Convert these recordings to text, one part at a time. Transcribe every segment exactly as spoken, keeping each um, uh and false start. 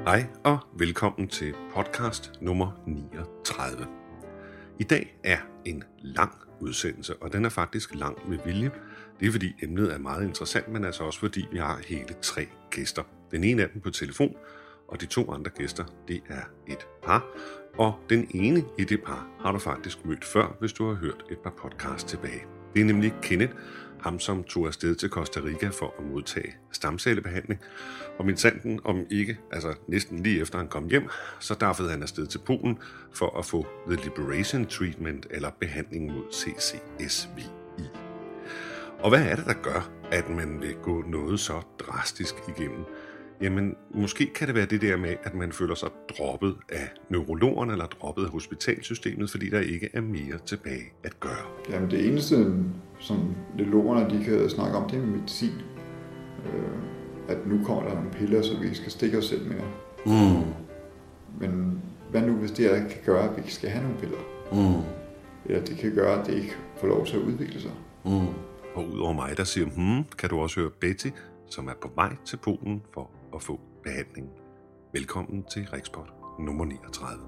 Hej og velkommen til podcast nummer niogtredive. I dag er en lang udsendelse, og den er faktisk lang med vilje. Det er fordi emnet er meget interessant, men altså også fordi vi har hele tre gæster. Den ene af dem på telefon, og de to andre gæster, det er et par. Og den ene i det par har du faktisk mødt før, hvis du har hørt et par podcasts tilbage. Det er nemlig Kenneth, ham som tog afsted til Costa Rica for at modtage stamcellebehandling. Og min sanden om ikke, altså næsten lige efter han kom hjem, så daffede han afsted til Polen for at få The Liberation Treatment, eller behandling mod C C S V I. Og hvad er det, der gør, at man vil gå noget så drastisk igennem? Jamen, måske kan det være det der med, at man føler sig droppet af neurologerne eller droppet af hospitalsystemet, fordi der ikke er mere tilbage at gøre. Jamen, det eneste, som neurologerne de kan snakke om, det er medicin. Øh, at nu kommer der nogle piller, så vi ikke skal stikke os selv mere. Mm. Men hvad nu, hvis det her kan gøre, at vi ikke skal have nogle piller? Mm. Eller det kan gøre, at det ikke får lov til at udvikle sig? Mm. Og udover mig, der siger, hmm, kan du også høre Betty, som er på vej til Polen for at få behandling. Velkommen til Rikspot nummer niogtredive.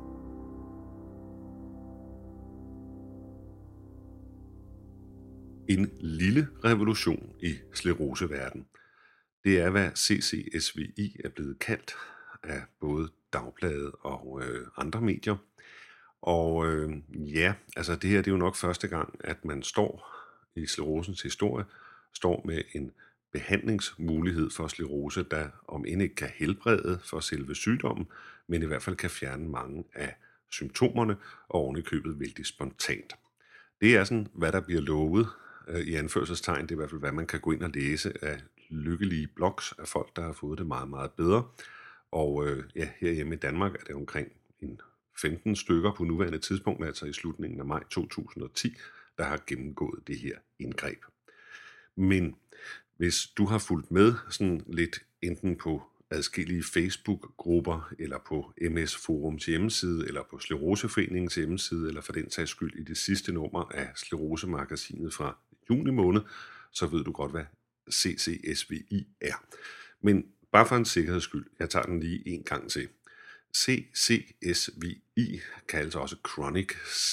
En lille revolution i skleroseverdenen. Det er, hvad C C S V I er blevet kaldt af både Dagbladet og øh, andre medier. Og øh, ja, altså det her det er jo nok første gang, at man står i sklerosens historie, står med en behandlingsmulighed for sklerose, der om end ikke kan helbrede for selve sygdommen, men i hvert fald kan fjerne mange af symptomerne og ovenikøbet vældig spontant. Det er sådan, hvad der bliver lovet øh, i anførselstegn. Det er i hvert fald, hvad man kan gå ind og læse af lykkelige blogs af folk, der har fået det meget, meget bedre. Og øh, ja, herhjemme i Danmark er det omkring en femten stykker på nuværende tidspunkt, altså i slutningen af maj to tusind og ti, der har gennemgået det her indgreb. Men hvis du har fulgt med sådan lidt enten på adskillige Facebook-grupper, eller på M S Forums hjemmeside, eller på Skleroseforeningens hjemmeside, eller for den sags skyld i det sidste nummer af Sklerose-magasinet fra juni måned, så ved du godt, hvad C C S V I er. Men bare for en sikkerheds skyld, jeg tager den lige en gang til. C C S V I kaldes også Chronic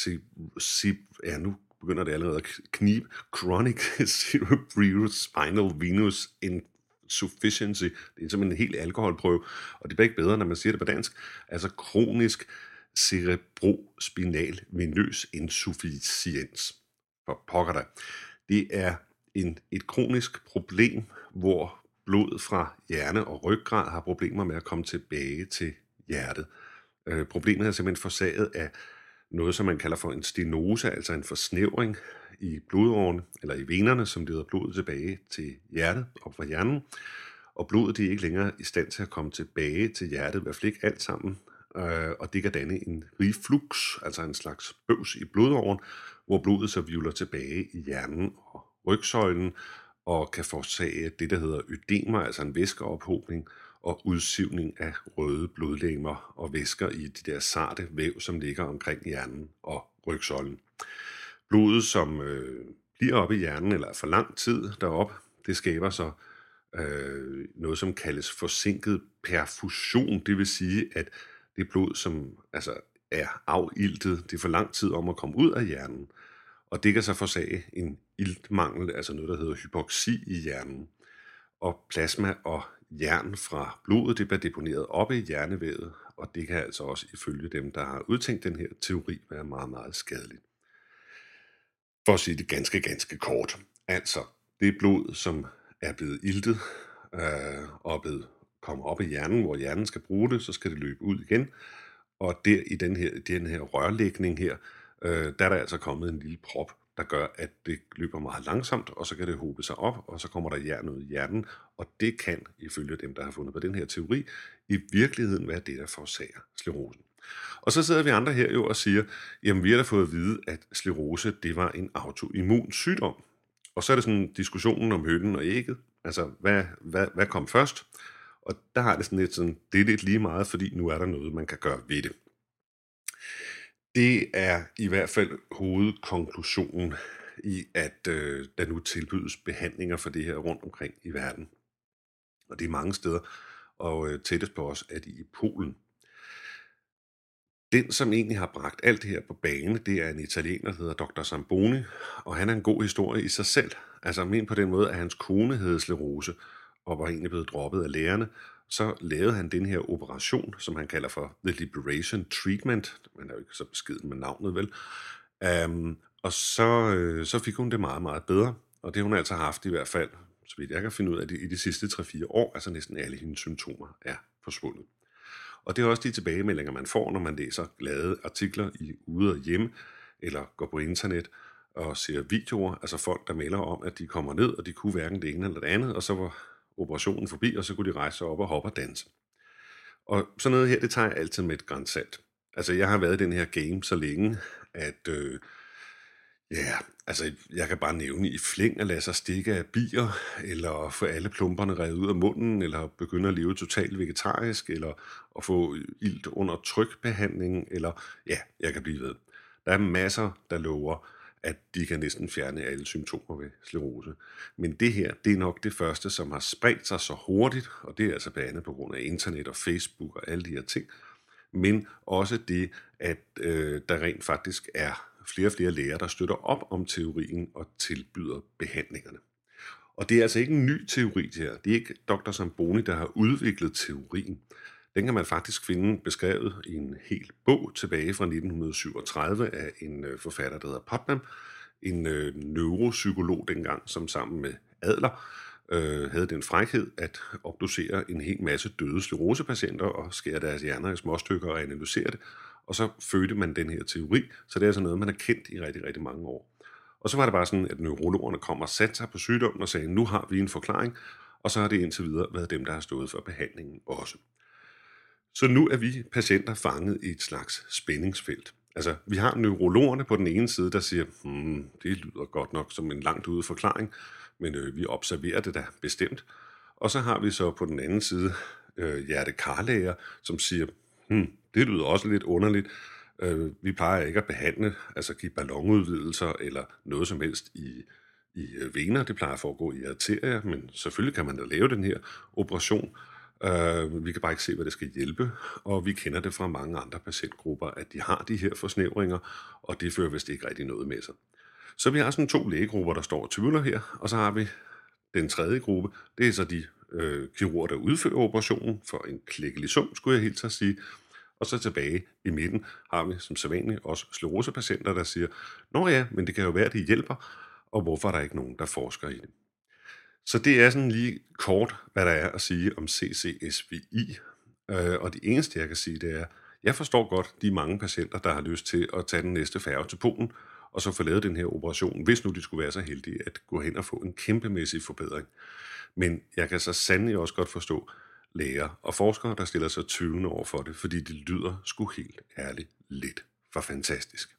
ja, nu begynder det allerede at knibe. Chronic Cerebrospinal Venous Insufficiency. Det er simpelthen en helt alkoholprøve, og det bliver ikke bedre, når man siger det på dansk. Altså kronisk cerebrospinal venøs insufficiens. For pokker da. Det er en, et kronisk problem, hvor blod fra hjerne og ryggrad har problemer med at komme tilbage til hjertet. Øh, problemet er simpelthen forsaget af noget, som man kalder for en stenose, altså en forsnævring i blodårene, eller i venerne, som leder blodet tilbage til hjertet op fra hjernen. Og blodet det er ikke længere i stand til at komme tilbage til hjertet, i hvert fald ikke alt sammen. Øh, og det kan danne en reflux, altså en slags bøvs i blodåren, hvor blodet så hvirvler tilbage i hjernen og rygsøjlen, og kan forårsage det, der hedder ødemer, altså en væskeophobning, og udsivning af røde blodlegemer og væsker i de der sarte væv, som ligger omkring hjernen og rygsøjlen. Blodet, som øh, bliver oppe i hjernen, eller for lang tid deroppe, det skaber så øh, noget, som kaldes forsinket perfusion. Det vil sige, at det blod, som altså, er afiltet, det er for lang tid om at komme ud af hjernen. Og det kan så forsage en iltmangel, altså noget, der hedder hypoxi i hjernen. Og plasma og jern fra blodet, det bliver deponeret oppe i hjernevævet, og det kan altså også ifølge dem, der har udtænkt den her teori, være meget, meget skadeligt. For at sige det ganske, ganske kort. Altså, det blod, som er blevet iltet øh, og blevet kommet op i hjernen, hvor hjernen skal bruge det, så skal det løbe ud igen. Og der i den her, den her rørlægning her, øh, der er der altså kommet en lille prop, der gør, at det løber meget langsomt, og så kan det hobe sig op, og så kommer der jern ud i hjernen, og det kan, ifølge dem, der har fundet på den her teori, i virkeligheden være det, der forårsager sklerosen. Og så sidder vi andre her jo og siger, jamen vi har da fået at vide, at sklerose, det var en autoimmun sygdom. Og så er det sådan diskussionen om hønen og ægget, altså hvad, hvad, hvad kom først? Og der har det sådan lidt sådan, det er lidt lige meget, fordi nu er der noget, man kan gøre ved det. Det er i hvert fald hovedkonklusionen i, at øh, der nu tilbydes behandlinger for det her rundt omkring i verden. Og det er mange steder. og øh, tættest på os er de i Polen. Den, som egentlig har bragt alt det her på bane, det er en italiener, der hedder doktor Zamboni, og han er en god historie i sig selv. Altså men på den måde, at hans kone hed sklerose, og var egentlig blevet droppet af lægerne, så lavede han den her operation, som han kalder for The Liberation Treatment. Man er jo ikke så beskeden med navnet, vel? Um, og så, øh, så fik hun det meget, meget bedre, og det har hun altså haft i hvert fald, så vidt jeg kan finde ud af det, i de sidste tre fire år, altså næsten alle hendes symptomer er forsvundet. Og det er også de tilbagemeldinger, man får, når man læser glade artikler i Ude og Hjemme, eller går på internet og ser videoer, altså folk, der melder om, at de kommer ned, og de kunne hverken det ene eller det andet, og så var operationen forbi, og så kunne de rejse sig op og hoppe og danse. Og sådan noget her, det tager jeg altid med et gran salt. Altså, jeg har været i den her game så længe, at øh, ja, yeah, altså, jeg kan bare nævne i flæng at lade sig stikke af bier, eller få alle plumperne revet ud af munden, eller begynde at leve totalt vegetarisk, eller at få ilt under trykbehandling, eller ja, jeg kan blive ved. Der er masser, der lover, at de kan næsten fjerne alle symptomer ved sklerose. Men det her, det er nok det første, som har spredt sig så hurtigt, og det er altså blandt andet på grund af internet og Facebook og alle de her ting, men også det, at øh, der rent faktisk er flere og flere læger, der støtter op om teorien og tilbyder behandlingerne. Og det er altså ikke en ny teori, det her. Det er ikke doktor Zamboni, der har udviklet teorien. Den kan man faktisk finde beskrevet i en hel bog tilbage fra nitten syvogtredive af en forfatter, der hedder Putnam, en øh, neuropsykolog dengang, som sammen med Adler øh, havde den frækhed at obducere en hel masse døde sklerosepatienter og skære deres hjerner i småstykker og analysere det. Og så fødte man den her teori, så det er altså noget, man har kendt i rigtig, rigtig mange år. Og så var det bare sådan, at neurologerne kom og satte sig på sygdommen og sagde, nu har vi en forklaring, og så har det indtil videre været dem, der har stået for behandlingen også. Så nu er vi patienter fanget i et slags spændingsfelt. Altså, vi har neurologerne på den ene side, der siger, hmm, det lyder godt nok som en langt ude forklaring, men øh, vi observerer det da bestemt. Og så har vi så på den anden side øh, hjertekarlæger, som siger, hmm, det lyder også lidt underligt. Øh, vi plejer ikke at behandle, altså give ballonudvidelser eller noget som helst i, i vener. Det plejer at foregå i arterier, men selvfølgelig kan man da lave den her operation. Uh, vi kan bare ikke se, hvad det skal hjælpe, og vi kender det fra mange andre patientgrupper, at de har de her forsnævringer, og det fører vist ikke rigtig noget med sig. Så vi har sådan to lægegrupper, der står og tvivler her, og så har vi den tredje gruppe, det er så de øh, kirurger, der udfører operationen for en klækkelig sum, skulle jeg helt så sige. Og så tilbage i midten har vi som sædvanligt også sklerosepatienter, der siger, nå ja, men det kan jo være, at det hjælper, og hvorfor er der ikke nogen, der forsker i det? Så det er sådan lige kort, hvad der er at sige om C C S V I. Øh, og det eneste, jeg kan sige, det er, jeg forstår godt de mange patienter, der har lyst til at tage den næste færge til Polen, og så få lavet den her operation, hvis nu de skulle være så heldige at gå hen og få en kæmpemæssig forbedring. Men jeg kan så sandelig også godt forstå læger og forskere, der stiller sig tvivlende over for det, fordi det lyder sgu helt ærligt lidt for fantastisk.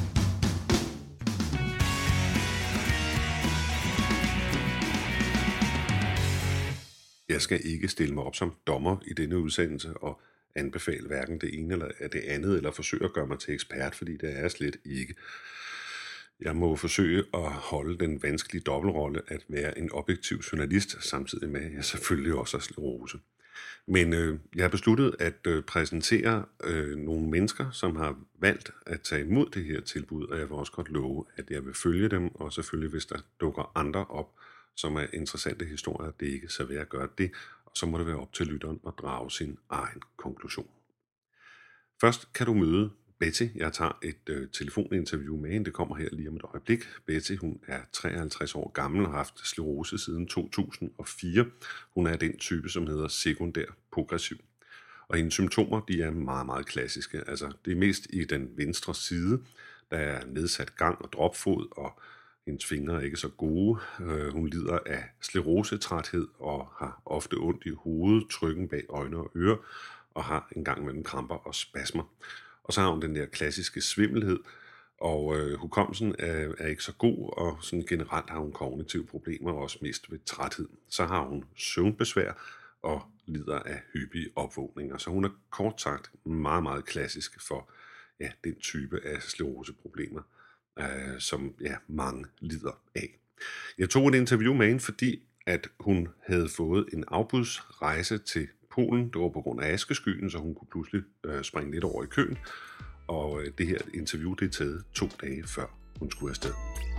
Jeg skal ikke stille mig op som dommer i denne udsendelse og anbefale hverken det ene eller det andet, eller forsøge at gøre mig til ekspert, fordi det er jeg slet ikke. Jeg må forsøge at holde den vanskelige dobbeltrolle at være en objektiv journalist, samtidig med at jeg selvfølgelig også har sklerose. Men øh, jeg har besluttet at øh, præsentere øh, nogle mennesker, som har valgt at tage imod det her tilbud, og jeg vil også godt love, at jeg vil følge dem, og selvfølgelig hvis der dukker andre op, som er interessante historier, det er ikke så værd at gøre det, og så må det være op til lytteren at drage sin egen konklusion. Først kan du møde Betty. Jeg tager et øh, telefoninterview med hende, det kommer her lige om et øjeblik. Betty, hun er treoghalvtreds år gammel og har haft sklerose siden to tusind og fire. Hun er den type, som hedder sekundær progressiv. Og hendes symptomer, de er meget, meget klassiske. Altså, det er mest i den venstre side, der er nedsat gang og dropfod, og hendes fingre er ikke så gode. Øh, hun lider af sklerosetræthed og har ofte ondt i hovedet, trykken bag øjne og ører, og har en gang mellem kramper og spasmer. Og så har hun den der klassiske svimmelhed, og øh, hukommelsen er, er ikke så god, og sådan generelt har hun kognitive problemer, også mest ved træthed. Så har hun søvnbesvær og lider af hyppige opvågninger. Så hun er kort sagt meget, meget klassisk for ja, den type af skleroseproblemer, øh, som ja, mange lider af. Jeg tog et interview med hende, fordi at hun havde fået en afbudsrejse til Polen. Det var på grund af askeskyen, så hun kunne pludselig øh, springe lidt over i køen. Og øh, det her interview, det er taget to dage før hun skulle afsted.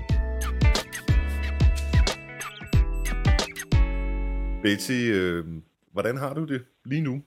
Betty, øh, hvordan har du det lige nu?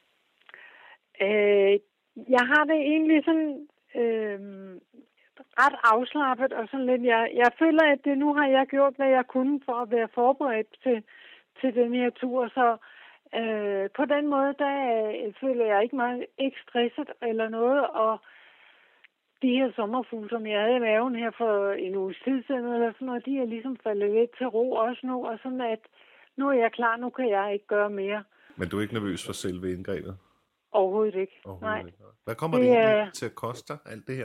Øh, jeg har det egentlig sådan øh, ret afslappet, og sådan lidt, jeg, jeg føler, at det, nu har jeg gjort, hvad jeg kunne for at være forberedt til, til den her tur, så øh, på den måde, der øh, føler jeg ikke meget ikke stresset eller noget, og de her sommerfugle, som jeg havde i maven her for en uges tid siden, eller sådan noget, de er ligesom faldet lidt til ro også nu, og sådan at nu er jeg klar, nu kan jeg ikke gøre mere. Men du er ikke nervøs for selve indgrebet? Overhovedet ikke. Overhovedet Nej. ikke. Hvad kommer det, det egentlig øh, til at koste, alt det her?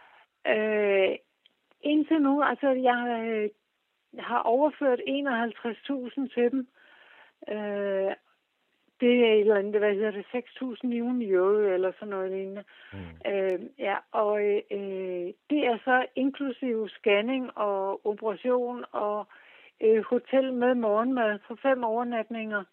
Øh, indtil nu, altså jeg, øh, jeg har overført enoghalvtreds tusind til dem. Øh, det er et eller andet, hvad hedder det, seks tusind ni hundrede euro eller sådan noget lignende. Mm. Øh, ja, og øh, det er så inklusive scanning og operation og øh, hotel med morgenmad for fem overnatninger.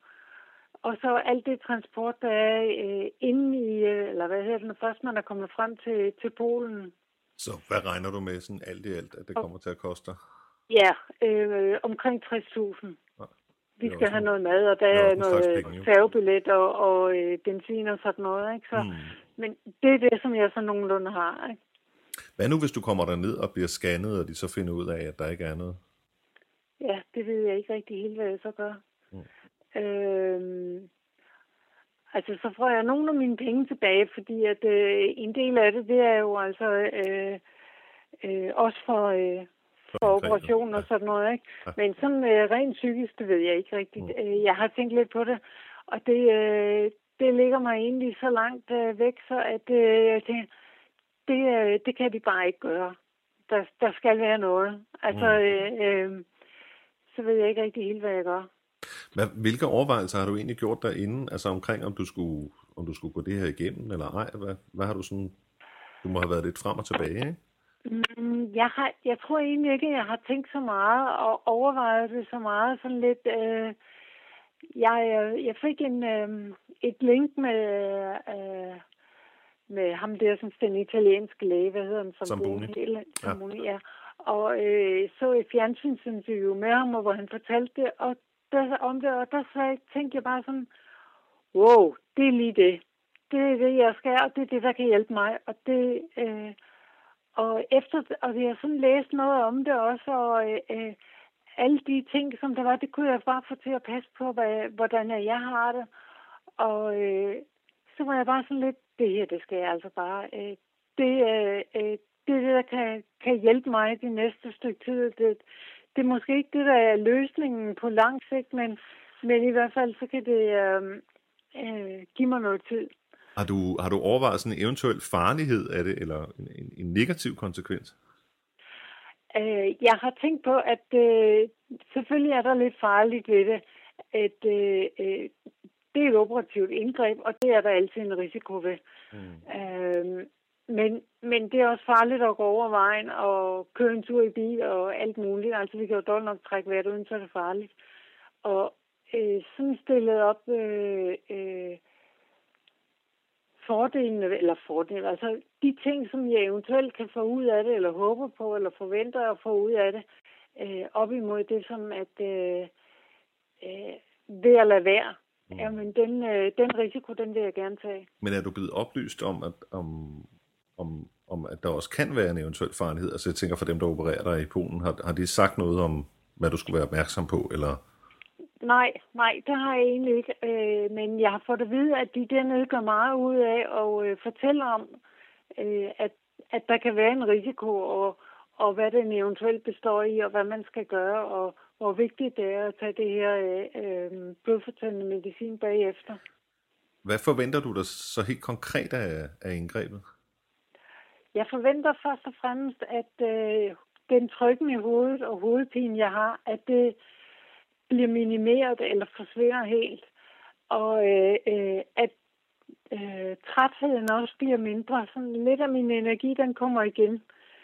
Og så alt det transport, der er øh, inde i, øh, eller hvad hedder det, når først man er kommet frem til, til Polen. Så hvad regner du med sådan alt i alt, at det kommer til at koste? Ja, øh, omkring tres tusind. Ja, vi skal have noget mad, og der er, er noget penge, færgebillet og, og øh, benzin og sådan noget. Ikke? Så, mm. Men det er det, som jeg så nogenlunde har. Ikke? Hvad nu, hvis du kommer derned og bliver scannet, og de så finder ud af, at der ikke er noget? Ja, det ved jeg ikke rigtig helt, hvad jeg så gør. Mm. Øhm, altså, så får jeg nogle af mine penge tilbage, fordi at øh, en del af det, det er jo altså øh, øh, også for, øh, for operationer og sådan noget. Ikke? Ja. Men sådan øh, rent psykisk, det ved jeg ikke rigtigt. Mm. Jeg har tænkt lidt på det, og det, øh, det ligger mig egentlig så langt øh, væk, så at øh, jeg tænker, det, øh, det kan de bare ikke gøre. Der, der skal være noget. Altså, mm. øh, øh, så ved jeg ikke rigtig helt, hvad jeg gør. Hvad, hvilke overvejelser har du egentlig gjort derinde, altså omkring, om du skulle, om du skulle gå det her igennem, eller ej? Hvad, hvad har du sådan, du må have været lidt frem og tilbage, ikke? Mm, jeg, har, jeg tror egentlig ikke, at jeg har tænkt så meget og overvejet det så meget. Sådan lidt, øh, jeg, jeg fik en, øh, et link med, øh, med ham der, som den italienske læge, hvad hedder han? Som Zamboni. Hele, Zamboni, ja. ja. Og øh, så et fjernsynsinterview med ham, hvor han fortalte det, og der, om det, og der så tænkte jeg bare sådan, wow, det er lige det. Det er det, jeg skal, og det er det, der kan hjælpe mig. Og det, øh, og efter, og jeg har sådan læst noget om det også, og øh, alle de ting, som der var, det kunne jeg bare få til at passe på, hvad, hvordan jeg har det. Og øh, så var jeg bare sådan lidt, det her, det skal jeg altså bare. Øh, det, øh, det er det, der kan, kan hjælpe mig det næste stykke tid. Det, det er måske ikke det, der er løsningen på lang sigt, men, men i hvert fald, så kan det øh, øh, give mig noget tid. Har du, har du overvejet sådan en eventuel farlighed af det, eller en, en, en negativ konsekvens? Øh, jeg har tænkt på, at øh, selvfølgelig er der lidt farligt ved det. At, øh, øh, det er et operativt indgreb, og det er der altid en risiko ved. Mm. Øh, men, men det er også farligt at gå over vejen og køre en tur i bil og alt muligt. Altså vi kan jo dårligt nok trække vejret uden, så er det farligt. Og øh, sådan stillet op øh, øh, fordelene, eller fordelene, altså de ting, som jeg eventuelt kan få ud af det, eller håber på, eller forventer at få ud af det, øh, op imod det, som at øh, øh, ved at lade være. Mm. Jamen, den, øh, den risiko, den vil jeg gerne tage. Men er du blevet oplyst om, at, om, om, om, at der også kan være en eventuel farlighed? Altså jeg tænker for dem, der opererer dig i Polen, har, har de sagt noget om, hvad du skulle være opmærksom på, eller... Nej, nej, det har jeg egentlig ikke. Øh, men jeg har fået at vide, at de dernede gør meget ud af at øh, fortælle om, øh, at, at der kan være en risiko, og, og hvad den eventuelt består i, og hvad man skal gøre, og hvor vigtigt det er at tage det her øh, blodfortyndende medicin bagefter. Hvad forventer du dig så helt konkret af, af indgrebet? Jeg forventer først og fremmest, at øh, den trykken i hovedet og hovedpine, jeg har, at det bliver minimeret eller forsvinder helt. Og øh, øh, at øh, trætheden også bliver mindre. Sådan lidt af min energi, den kommer igen.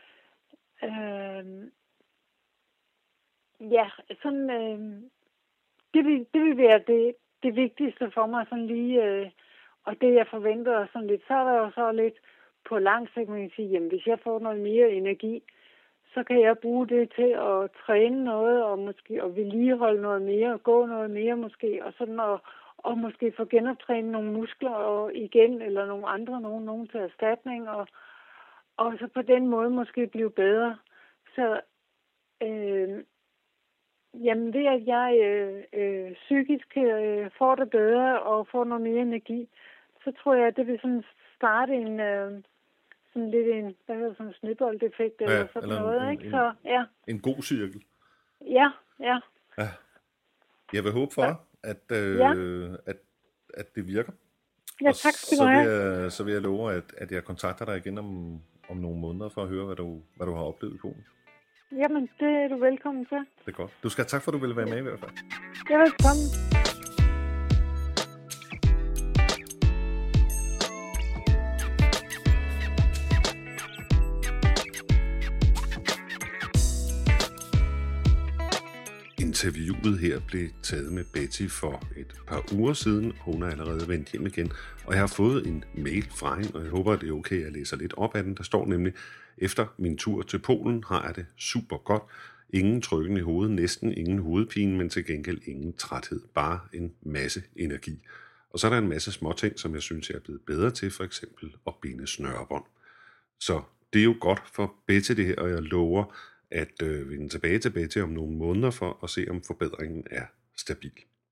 Øh, ja, sådan... Øh, det, vil, det vil være det, det vigtigste for mig sådan lige, øh, og det jeg forventer sådan lidt, så er der jo så lidt på lang sigt, man kan sige, jamen hvis jeg får noget mere energi, så kan jeg bruge det til at træne noget, og måske og vedligeholde noget mere, og gå noget mere måske, og sådan og, og måske få genoptræne nogle muskler og igen, eller nogle andre, nogen, nogen til erstatning, og, og så på den måde måske blive bedre. Så øh, jamen ved at jeg øh, øh, psykisk øh, får det bedre og får noget mere energi, så tror jeg, at det vil sådan starte en øh, sådan lidt en, hvad hedder sådan en snibboldeffekt eller ja, sådan eller noget, en, ikke? En, så ja. En god cirkel. Ja, ja. Ja. Jeg vil håbe for, ja. at, øh, ja. at, at det virker. Ja, tak skal du have. Så vil jeg, så vil jeg love, at, at jeg kontakter dig igen om, om nogle måneder for at høre, hvad du, hvad du har oplevet i Polen. Jamen, det er du velkommen til. Det er godt. Du skal have tak for, at du ville være med i hvert fald. Ja, velkommen. Interviewet her blev taget med Betty for et par uger siden. Hun er allerede vendt hjem igen, og jeg har fået en mail fra hende, og jeg håber, at det er okay, at jeg læser lidt op af den. Der står nemlig, efter min tur til Polen har jeg det super godt. Ingen trykken i hovedet, næsten ingen hovedpine, men til gengæld ingen træthed. Bare en masse energi. Og så er der en masse småting, som jeg synes, jeg er blevet bedre til, for eksempel at binde snørebånd. Så det er jo godt for Betty det her, og jeg lover, at øh, vende tilbage til Betty om nogle måneder for at se, om forbedringen er stabil.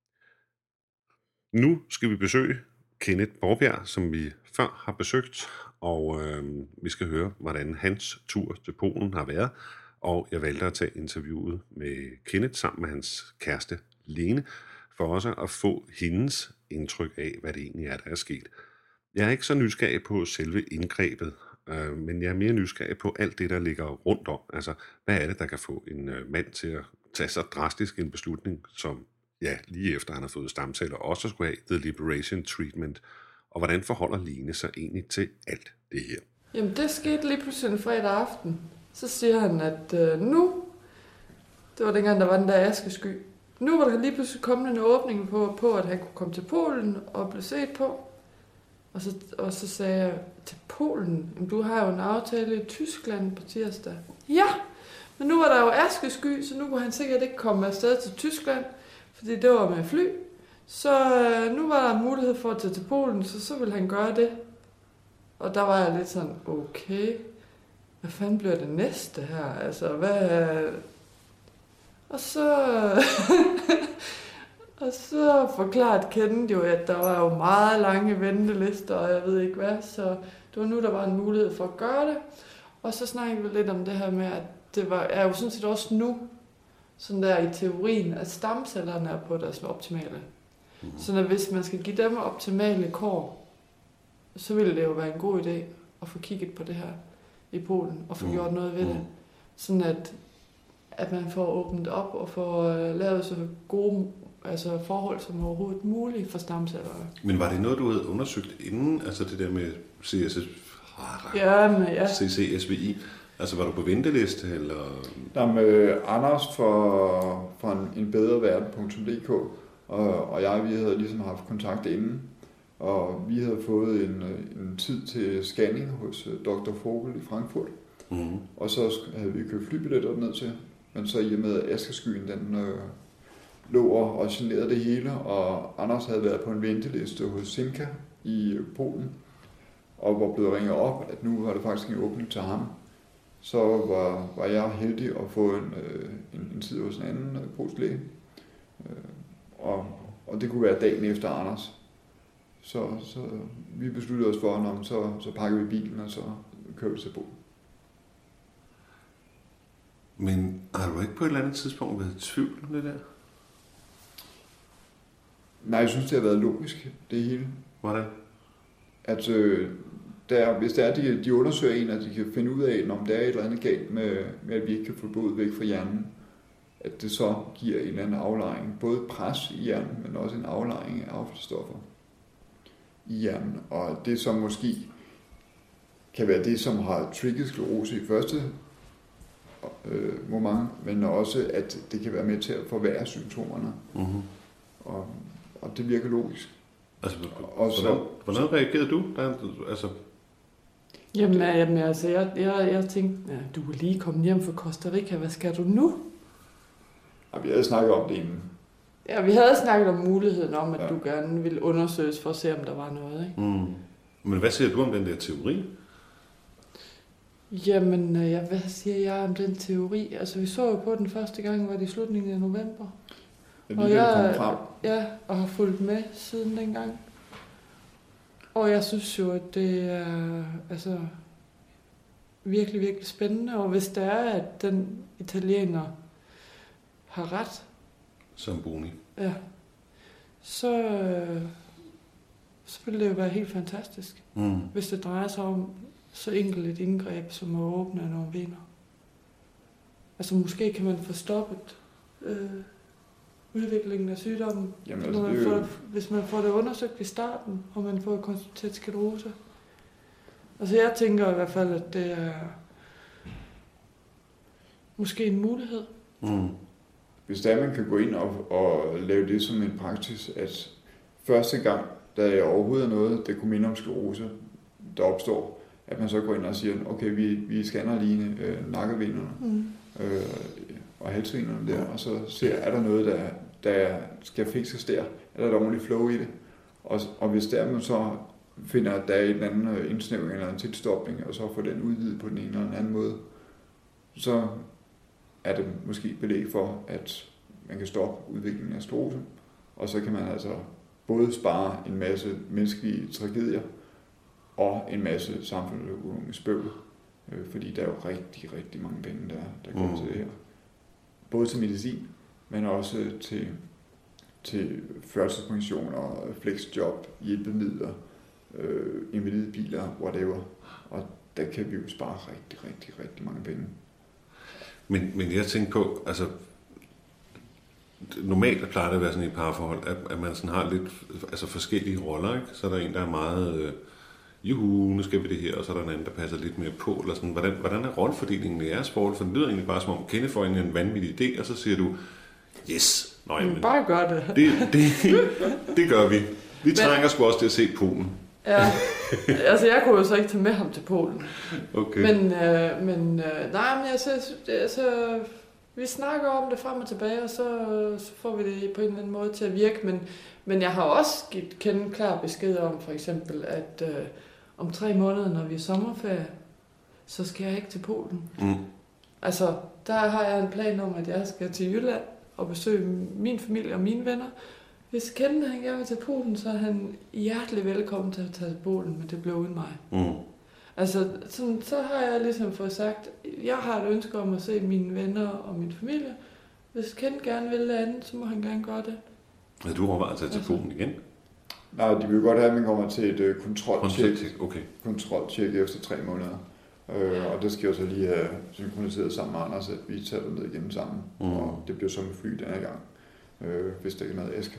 Nu skal vi besøge Kenneth Borgbjerg, som vi før har besøgt, og øh, vi skal høre, hvordan hans tur til Polen har været. Og jeg valgte at tage interviewet med Kenneth sammen med hans kæreste Lene, for også at få hendes indtryk af, hvad det egentlig er, der er sket. Jeg er ikke så nysgerrig på selve indgrebet, øh, men jeg er mere nysgerrig på alt det, der ligger rundt om. Altså, hvad er det, der kan få en øh, mand til at tage så drastisk en beslutning, som ja, lige efter han har fået stamceller, også skulle have The Liberation Treatment. Og hvordan forholder Lene sig egentlig til alt det her? Jamen, det skete lige pludselig en fredag aften. Så siger han, at øh, nu, det var dengang, der var den der askesky, nu var der lige pludselig kommet en åbning på, på, at han kunne komme til Polen og blive set på. Og så, og så sagde jeg, til Polen? Jamen, du har jo en aftale i Tyskland på tirsdag. Ja, men nu var der jo askesky, så nu kunne han sikkert ikke komme afsted til Tyskland, fordi det var med fly. Så øh, nu var der mulighed for at tage til Polen, så så ville han gøre det. Og der var jeg lidt sådan, okay, hvad fanden bliver det næste her? Altså, hvad... Og så... og så forklarede Kenneth jo, at der var jo meget lange ventelister, og jeg ved ikke hvad, så det var nu, der var en mulighed for at gøre det. Og så snakkede vi lidt om det her med, at det var, er jo sådan set også nu, sådan der i teorien, at stamcellerne er på deres optimale. Mm. Så når, hvis man skal give dem optimale kår, så ville det jo være en god idé at få kigget på det her i Polen, og få mm. gjort noget ved det. Sådan at, at man får åbnet op og får uh, lavet så gode altså, forhold som overhovedet muligt for stamcellerne. Men var det noget, du havde undersøgt inden, altså det der med C S S, ja, men, ja. C C S V I? Altså var du på venteliste, eller? Jamen, øh, Anders fra, fra en, en bedre verden punktum d k og, og jeg, vi havde ligesom haft kontakt inden, og vi havde fået en, en tid til scanning hos doktor Vogel i Frankfurt, mm-hmm. og så havde vi købt flybilletter ned til, men så i og med askeskyen, den øh, lå og generede det hele, og Anders havde været på en venteliste hos Simka i Polen, og var blevet ringet op, at nu var det faktisk en åbning til ham. Så var, var jeg heldig at få en, øh, en, en tid hos en anden øh, polsk læge. Øh, og, og det kunne være dagen efter Anders. Så, så vi besluttede os for, at så, så pakker vi bilen, og så kører vi til Polen. Men har du ikke på et eller andet tidspunkt været i tvivl om det der? Nej, jeg synes, det har været logisk, det hele. Hvordan? At øh, der, hvis det er, de, de undersøger en, at de kan finde ud af, om der er et eller andet galt med, med at vi ikke kan få blodet væk fra hjernen, at det så giver en eller anden aflejring. Både pres i hjernen, men også en aflejring af affaldsstoffer i hjernen. Og det som måske kan være det, som har trigget sklerose i første øh, moment, men også at det kan være med til at forværre symptomerne. Mm-hmm. Og, og det virker logisk. Altså, Og så- hvordan, hvordan reagerede du? Der, altså, Jamen, jamen altså, jeg, jeg, jeg tænkte, ja, du er lige kommet hjem fra Costa Rica, hvad skal du nu? Og vi havde snakket om det inden. Ja, vi havde snakket om muligheden om, at Ja. du gerne ville undersøges for at se, om der var noget, ikke? mm. Men hvad siger du om den der teori? Jamen, øh, ja, hvad siger jeg om den teori? Altså, vi så jo på den første gang, var det i slutningen af november. At Og vi jeg- kom frem. Ja, og har fulgt med siden dengang. Og jeg synes jo, at det er altså, virkelig, virkelig spændende. Og hvis det er, at den italiener har ret, Som Boni. ja, så, øh, så vil det jo være helt fantastisk, Mm. hvis det drejer sig om så enkelt et indgreb, som at åbne nogle vener. Altså måske kan man få stoppet øh, udviklingen af sygdommen, Jamen, når altså, man det er får, jo, hvis man får det undersøgt i starten, og man får konstateret sklerose. Altså jeg tænker i hvert fald, at det er måske en mulighed. Mm. hvis der man kan gå ind og, og lave det som en praksis, at første gang, der er overhovedet noget, der kunne minde om sklerose, der opstår, at man så går ind og siger, okay, vi, vi scanner lige øh, nakkevenerne Mm. øh, og halsvenerne der, og så ser, er der noget, der, der skal fikses der? Er der et ordentligt flow i det? Og, og hvis der man så finder, at der er en eller anden indsnævring eller en tilstopning, og så får den udvidet på den ene eller den anden måde, så er det måske belæg for, at man kan stoppe udviklingen af sklerose, og så kan man altså både spare en masse menneskelige tragedier og en masse samfundsøkonomisk bøvl, øh, fordi der er jo rigtig, rigtig mange penge, der, der går Mm. til det her. Både til medicin, men også til, til førtidspension og flexjob, hjælpemidler, øh, invalidebiler, whatever. Og der kan vi jo spare rigtig, rigtig, rigtig mange penge. Men, men jeg tænker på, altså, normalt plejer det at være sådan i et parforhold, at, at man sådan har lidt altså forskellige roller, ikke? Så er der en, der er meget, øh, juhu, nu skal vi det her, og så er der en anden, der passer lidt mere på, eller sådan. Hvordan, hvordan er rollefordelingen i jeres forhold? For det lyder egentlig bare som om, Kenneth får en vanvittig idé, og så siger du, yes, nå jamen, Bare gør det. det, det, det gør vi. Vi trænger sgu også til at se Polen. Ja, altså jeg kunne jo så ikke tage med ham til Polen. Okay. Men, øh, men øh, nej, men altså, altså, vi snakker om det frem og tilbage, og så, så får vi det på en eller anden måde til at virke. Men, men jeg har også givet Kenneth klar besked om, for eksempel, at øh, om tre måneder, når vi er sommerferie, så skal jeg ikke til Polen. Mm. Altså, der har jeg en plan om, at jeg skal til Jylland og besøge min familie og mine venner. Hvis Kenneth han gerne vil til Polen, så er han hjertelig velkommen til at tage til Polen, men det bliver uden mig. Mm. Altså, sådan, så har jeg ligesom fået sagt, jeg har et ønske om at se mine venner og min familie. Hvis Kenneth gerne vil det andet, så må han gerne gøre det. Har du overvejet at tage til Altså. Polen igen? Nej, de vil jo godt have, at man kommer til et øh, kontroltjek, Okay. kontroltjek efter tre måneder. Øh, og det skal jo så lige have synkroniseret sammen med Anders, at vi tager det ned igennem sammen. Mm. Og det bliver så med fly denne gang, øh, hvis der ikke er noget æske.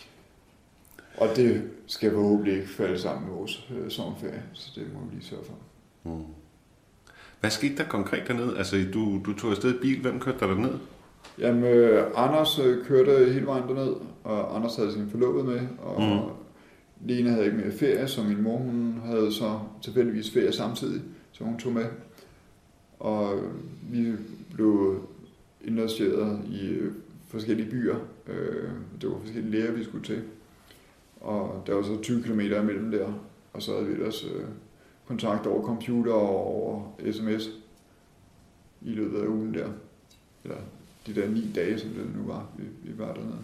Og det skal forhåbentlig ikke falde sammen med vores øh, sommerferie, så det må vi lige sørge for. Mm. Hvad skete der konkret dernede? Altså, du, du tog afsted i bil. Hvem kørte der derned? Jamen, øh, Anders øh, kørte hele vejen derned, og Anders havde sin forlovede med, og Mm. Lene havde ikke mere ferie, så min mor hun havde så tilfældigvis ferie samtidig, så hun tog med. Og vi blev indlogeret i øh, forskellige byer. Øh, det var forskellige læger, vi skulle til. Og der var så tyve kilometer imellem der, og så havde vi ellers øh, kontakt over computer og over sms i løbet af ugen der. Eller de der ni dage, som det nu var, vi, vi var dernede.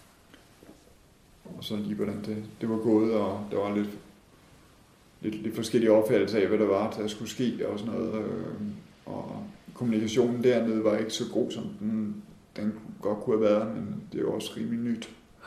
Og så lige hvordan det, det var gået, og der var lidt, lidt, lidt forskellige opfattelser af, hvad der var, der skulle ske og sådan noget. Øh, og kommunikationen dernede var ikke så god, som den, den godt kunne have været, men det er jo også rimelig nyt.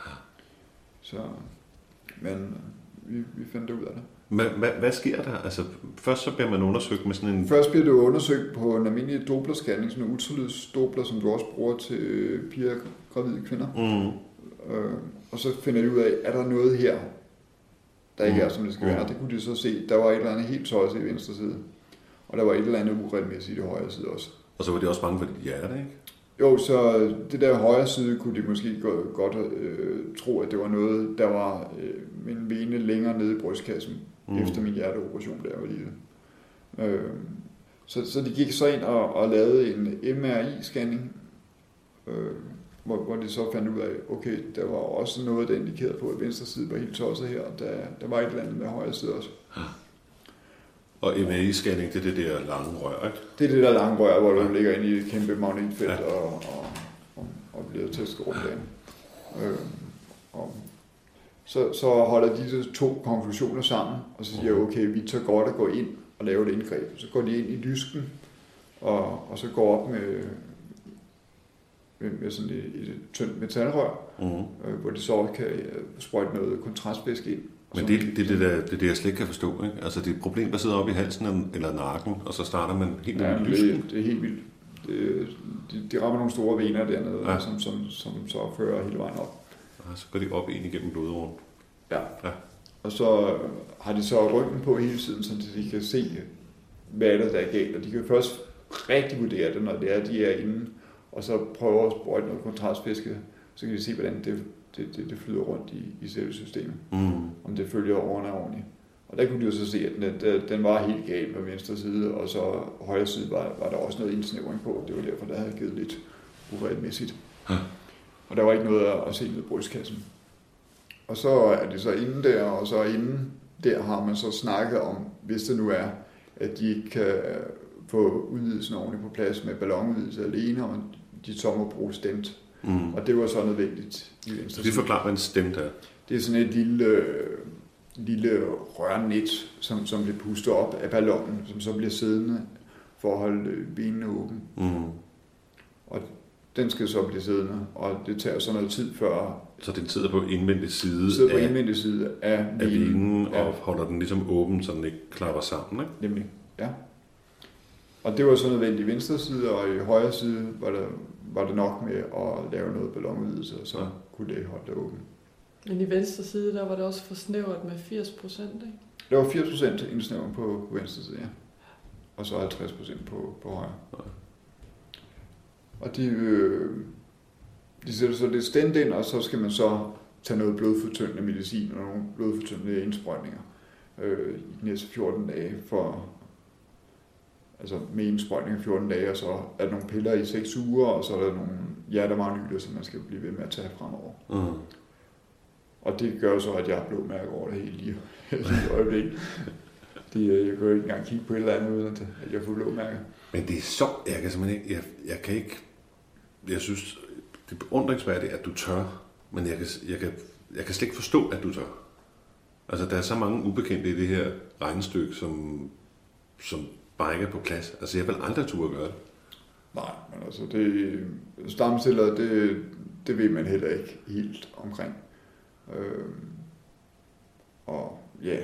Så, men vi, vi fandt ud af det. Hvad, hvad, hvad sker der? Altså, først så bliver man undersøgt med sådan en... Først bliver det undersøgt på en almindelig dopplerscanning, sådan en ultralydsdoppler, som du også bruger til piger, gravide kvinder. Mm. Øh, og så finder de ud af, er der noget her, der ikke er, som det skal være. Mm. Og det kunne de så se. Der var et eller andet helt tosset i venstre side. Og der var et eller andet uretmæssigt i højre side også. Og så var det også bange for dit hjerte, ikke? Jo, så det der højre side kunne de måske godt øh, tro, at det var noget, der var øh, min vene længere nede i brystkassen, mm. efter min hjerteoperation, der var lille. Øh, så, så de gik så ind og, og lavede en M R I-scanning, øh, hvor, hvor de så fandt ud af, okay, der var også noget, der indikerede på, at venstre side var helt tosset her, der, der var et eller andet med højre side også. Og M R I-scanning, det er det der lange rør, ikke? Det er det der lange rør, hvor du ligger inde i et kæmpe magnetfelt ja. og, og, og, og bliver testet rundt derinde. Øh, og så, så holder de to konklusioner sammen, og så siger jeg, okay, vi tør godt at gå ind og lave et indgreb. Så går de ind i lysken, og, og så går op med, med, med sådan et, et tyndt metalrør, mm. øh, hvor de så kan sprøjte noget kontrastvæske ind. Men det, det, det, det, det, det jeg slet ikke kan forstå, ikke? Altså det er et problem, der sidder oppe i halsen eller nakken, og så starter man helt ja, i lysken. Det, det er helt vildt. Det, de, de rammer nogle store vener dernede, ja. som, som, som så fører hele vejen op. Ja, så går de op ind igennem blodåren. Ja. ja. Og så har de så ryggen på hele tiden, så de kan se, hvad er det, der er galt. Og de kan først rigtig vurdere det, når det er, de er inde, og så prøver at sprøjte noget kontrastvæske, så kan de se, hvordan det Det, det, det flyder rundt i, i selve systemet, mm. om det følger årene ordentligt. Og der kunne de jo så se, at den, den var helt gal med venstre side, og så højre side var, var der også noget indsnævring på. Det var derfor, der havde givet lidt uregelmæssigt. Ja. Og der var ikke noget at se ned i brystkassen. Og så er det så inden der, og så inden der har man så snakket om, hvis det nu er, at de ikke kan få udvidelsen ordentligt på plads med ballonudvidelse alene, og de så må bruge stent. Mm. Og det var så nødvendigt i venstre side. Det forklarer, hvad en stem der. Det er sådan et lille, lille rørnet, som, som bliver pustet op af ballonen, som så bliver siddende for at holde benene åbne. Mm. Og den skal så blive siddende, og det tager så noget tid før... Så den sidder på indvendig side, sidder på indvendig side af, af venen, og holder den ligesom åben, så den ikke klapper sammen, ikke? Nemlig, ja. Og det var så nødvendigt i venstre side, og i højre side var det, var det nok med at lave noget ballonudvidelse, og så ja. kunne det holde det åbent. Men i venstre side, der var det også for snævert med firs procent, ikke? Der var firs procent indsnævring på, på venstre side, ja. Og så halvtreds procent på, på højre. Ja. Og de, øh, de sætter så lidt stent ind, og så skal man så tage noget blodfortyndende medicin og nogle blodfortyndende indsprøjtninger øh, i de næste fjorten dage for... Altså med indsprøjtning i fjorten dage, og så er der nogle piller i seks uger, og så er der nogle hjertemagnyler, som man skal blive ved med at tage fremover. Mm. Og det gør så, at jeg har blodmærker over det hele lige i øjeblikket. Det, jeg kan jo ikke engang kigge på et eller andet, uden at jeg får blodmærker. Men det er så, jeg kan simpelthen ikke, jeg, jeg kan ikke, jeg synes, det er beundringsværdigt, at du tør, men jeg kan, jeg kan, jeg kan slet ikke forstå, at du tør. Altså, der er så mange ubekendte i det her regnestykke, som, som bare ikke er på plads. Altså, jeg vil aldrig turde gøre det. Nej, men altså, det, stamceller, det, det ved man heller ikke helt omkring. Øh, og ja,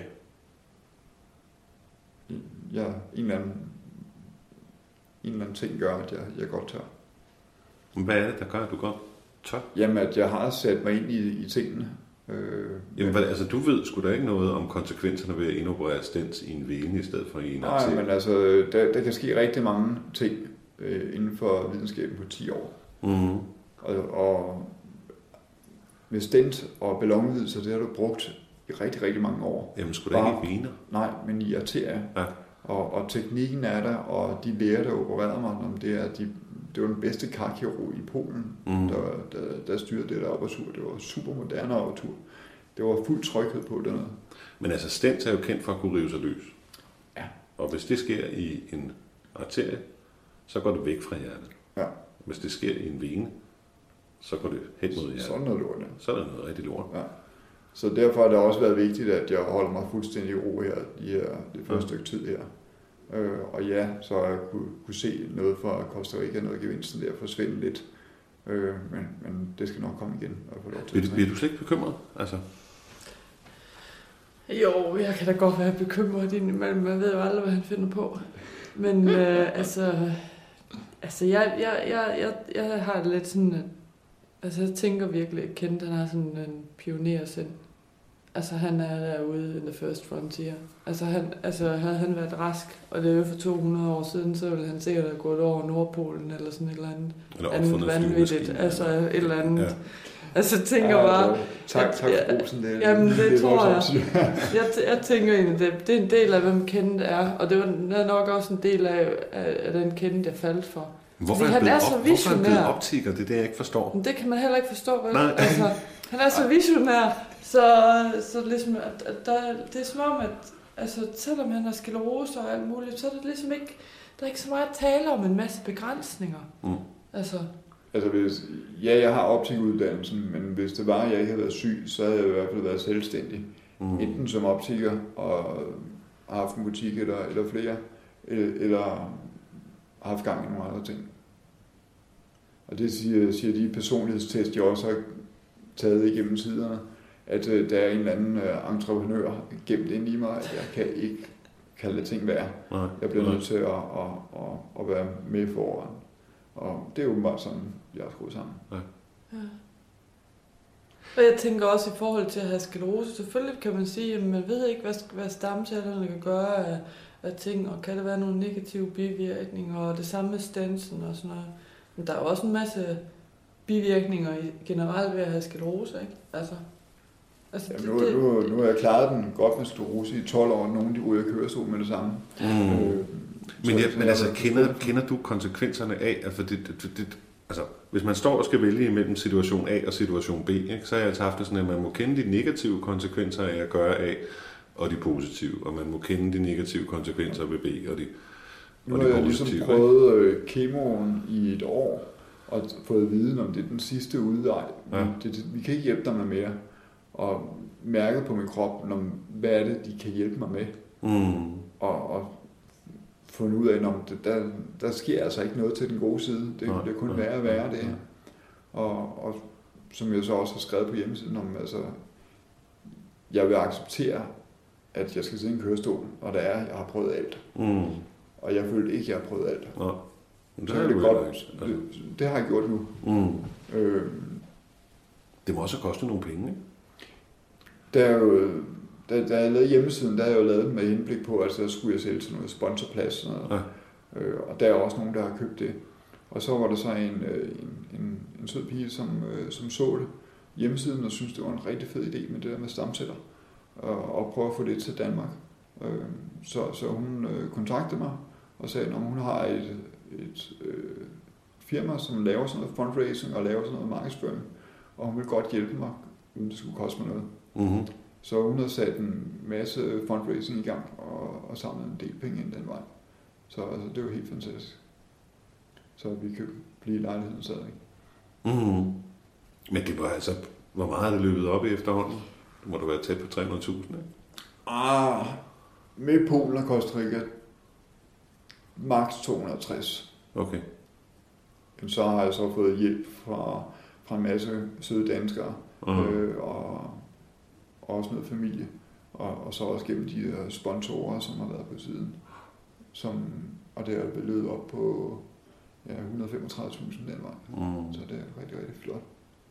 ja, en eller anden, en eller anden ting gør, at jeg, jeg godt tør. Hvad er det, der gør, at du godt tør? Jamen, at jeg har sat mig ind i, i tingene. Øh, Jamen, hvad, altså, du ved sgu da ikke noget om konsekvenserne ved at indoperere stens i en vene i stedet for i en arterie? Nej, men altså, der, der kan ske rigtig mange ting øh, inden for videnskaben på ti år. Mm-hmm. Og, og med stent og ballonudvidelser, det har du brugt i rigtig, rigtig mange år. Jamen, skulle der ikke i vener? Nej, men i arterier. Ja. Og, og teknikken er der, og de læger, der opererede mig, om det er, de, det var den bedste karkirurg i Polen, mm. der, der, der styrede det der operatur. Det var super moderne operatur. Det var fuld tryghed på det. Men altså, stent er jo kendt for at kunne rive sig løs. Ja. Og hvis det sker i en arterie, så går det væk fra hjertet. Ja. Hvis det sker i en vene, så går det hen mod hjertet. Sådan noget lort, ja. Så er der noget rigtig lort. Ja. Så derfor har det også været vigtigt, at jeg holder mig fuldstændig i ro her, de her det første stykke tid her. Øh, og ja, så jeg kunne, kunne se noget fra Costa Rica, noget gevinsten der forsvinde lidt. Øh, men, men det skal nok komme igen. Og få lov til bliver, bliver du slet ikke bekymret? Altså? Jo, jeg kan da godt være bekymret, men man ved jo aldrig, hvad han finder på. Men øh, altså, altså jeg, jeg, jeg, jeg, jeg har det lidt sådan, at altså jeg tænker virkelig, at Kent, han har sådan en pionersind. altså han er derude in the first frontier. Altså, han, altså havde han været rask, og det er jo for to hundrede år siden, så ville han sikkert have gået over Nordpolen, eller sådan et eller andet. Eller andet vanvittigt, altså et eller andet. Ja. Altså, jeg tænker ja, bare... Det, tak, tak for rosen. Det, jamen, det, det tror jeg. jeg. jeg. Jeg tænker egentlig, det, det er en del af, hvem Kenneth er, og det var nok også en del af, af, af den Kenneth, jeg faldt for. Hvorfor er han, er så op, hvorfor er han blevet optiker? Det er det, jeg ikke forstår. Men det kan man heller ikke forstå, vel? Nej. Altså, han er så visionær, så, så ligesom, at, at der, det er som om, at altså, selvom han har sklerose og alt muligt, så er det ligesom ikke, der er ikke så meget at tale om en masse begrænsninger. Mm. Altså... Altså, hvis, ja, jeg har optikeruddannelsen, men hvis det var, at jeg ikke havde været syg, så havde jeg i hvert fald været selvstændig. Mm. Enten som optiker og haft en butik eller, eller flere, eller, eller haft gang i nogle andre ting. Og det siger, siger de personlighedstest, jeg også har taget igennem tiderne, at uh, der er en eller anden uh, entreprenør gemt ind i mig, at jeg kan ikke kan lade ting være. Nej. Jeg bliver nødt til at, at, at, at være med foran. Og det er jo bare sådan, jeg har skruet sammen. Ja. Ja. Og jeg tænker også i forhold til at have sklerose, selvfølgelig kan man sige, at man ved ikke, hvad, hvad stamcellerne kan gøre af, af ting, og kan der være nogle negative bivirkninger, og det samme med stensen og sådan noget. Men der er også en masse bivirkninger generelt ved at have sklerose, ikke? Altså, altså ja, nu, det, nu, nu har jeg klaret den godt med sklerose i tolv år, og nogen de ryger kørestol med det samme. Mm. Øh, Men, jeg, men altså, kender, kender du konsekvenserne af, altså, det, det, det, altså, hvis man står og skal vælge imellem situation A og situation B, ikke, så har jeg altså haft det sådan, at man må kende de negative konsekvenser af at gøre A, og de positive, og man må kende de negative konsekvenser ved B og de, og de positive. Nu har jeg ligesom prøvet øh, kemoen i et år, og fået viden om det er den sidste udvej. Ja. Det, det, vi kan ikke hjælpe dig med mere, og mærket på min krop, når, hvad er det, de kan hjælpe mig med. Mm. Og, og fundet ud af, at der, der sker altså ikke noget til den gode side. Det, nej, det kunne være at være det her. Og, og som jeg så også har skrevet på hjemmesiden om, altså, jeg vil acceptere, at jeg skal sidde i en kørestol, og der er, jeg har prøvet alt. Mm. Og jeg følte ikke, at jeg har prøvet alt. Ja. Det, så det, godt, det, det har jeg gjort nu. Mm. Øh, det må også koste nogle penge, ikke? Der er jo... Da, da jeg lavede hjemmesiden, der har jeg jo lavet med henblik på, at så skulle jeg sælge til noget sponsorplads. Sådan noget. Ja. Øh, og der er også nogen, der har købt det. Og så var der så en, en, en, en sød pige, som, øh, som så det hjemmesiden og syntes, det var en rigtig fed idé med det der med stamceller. Og, og prøve at få det til Danmark. Øh, så, så hun øh, kontaktede mig og sagde, at hun har et, et øh, firma, som laver sådan noget fundraising og laver sådan noget markedsføring. Og hun vil godt hjælpe mig, uden det skulle koste mig noget. Mm-hmm. Så hun har sat en masse fundraising i gang og, og samlet en del penge ind den vej. Så altså, det var helt fantastisk. Så vi kan blive i lejligheden stadig. Mm-hmm. Men det var altså, hvor meget er det løbet op i efterhånden? Det må da være tæt på tre hundrede tusind, ikke? Ah, med Polen og Costa Rica, maks to hundrede og tres. Okay. Men så har jeg så fået hjælp fra, fra en masse søde danskere, uh-huh. øh, og og også noget familie, og, og så også gennem de der sponsorer, som har været på siden. Som, og det er beløbet op på ja, et hundrede og femogtredive tusind den vej. Mm. Så det er rigtig, rigtig flot.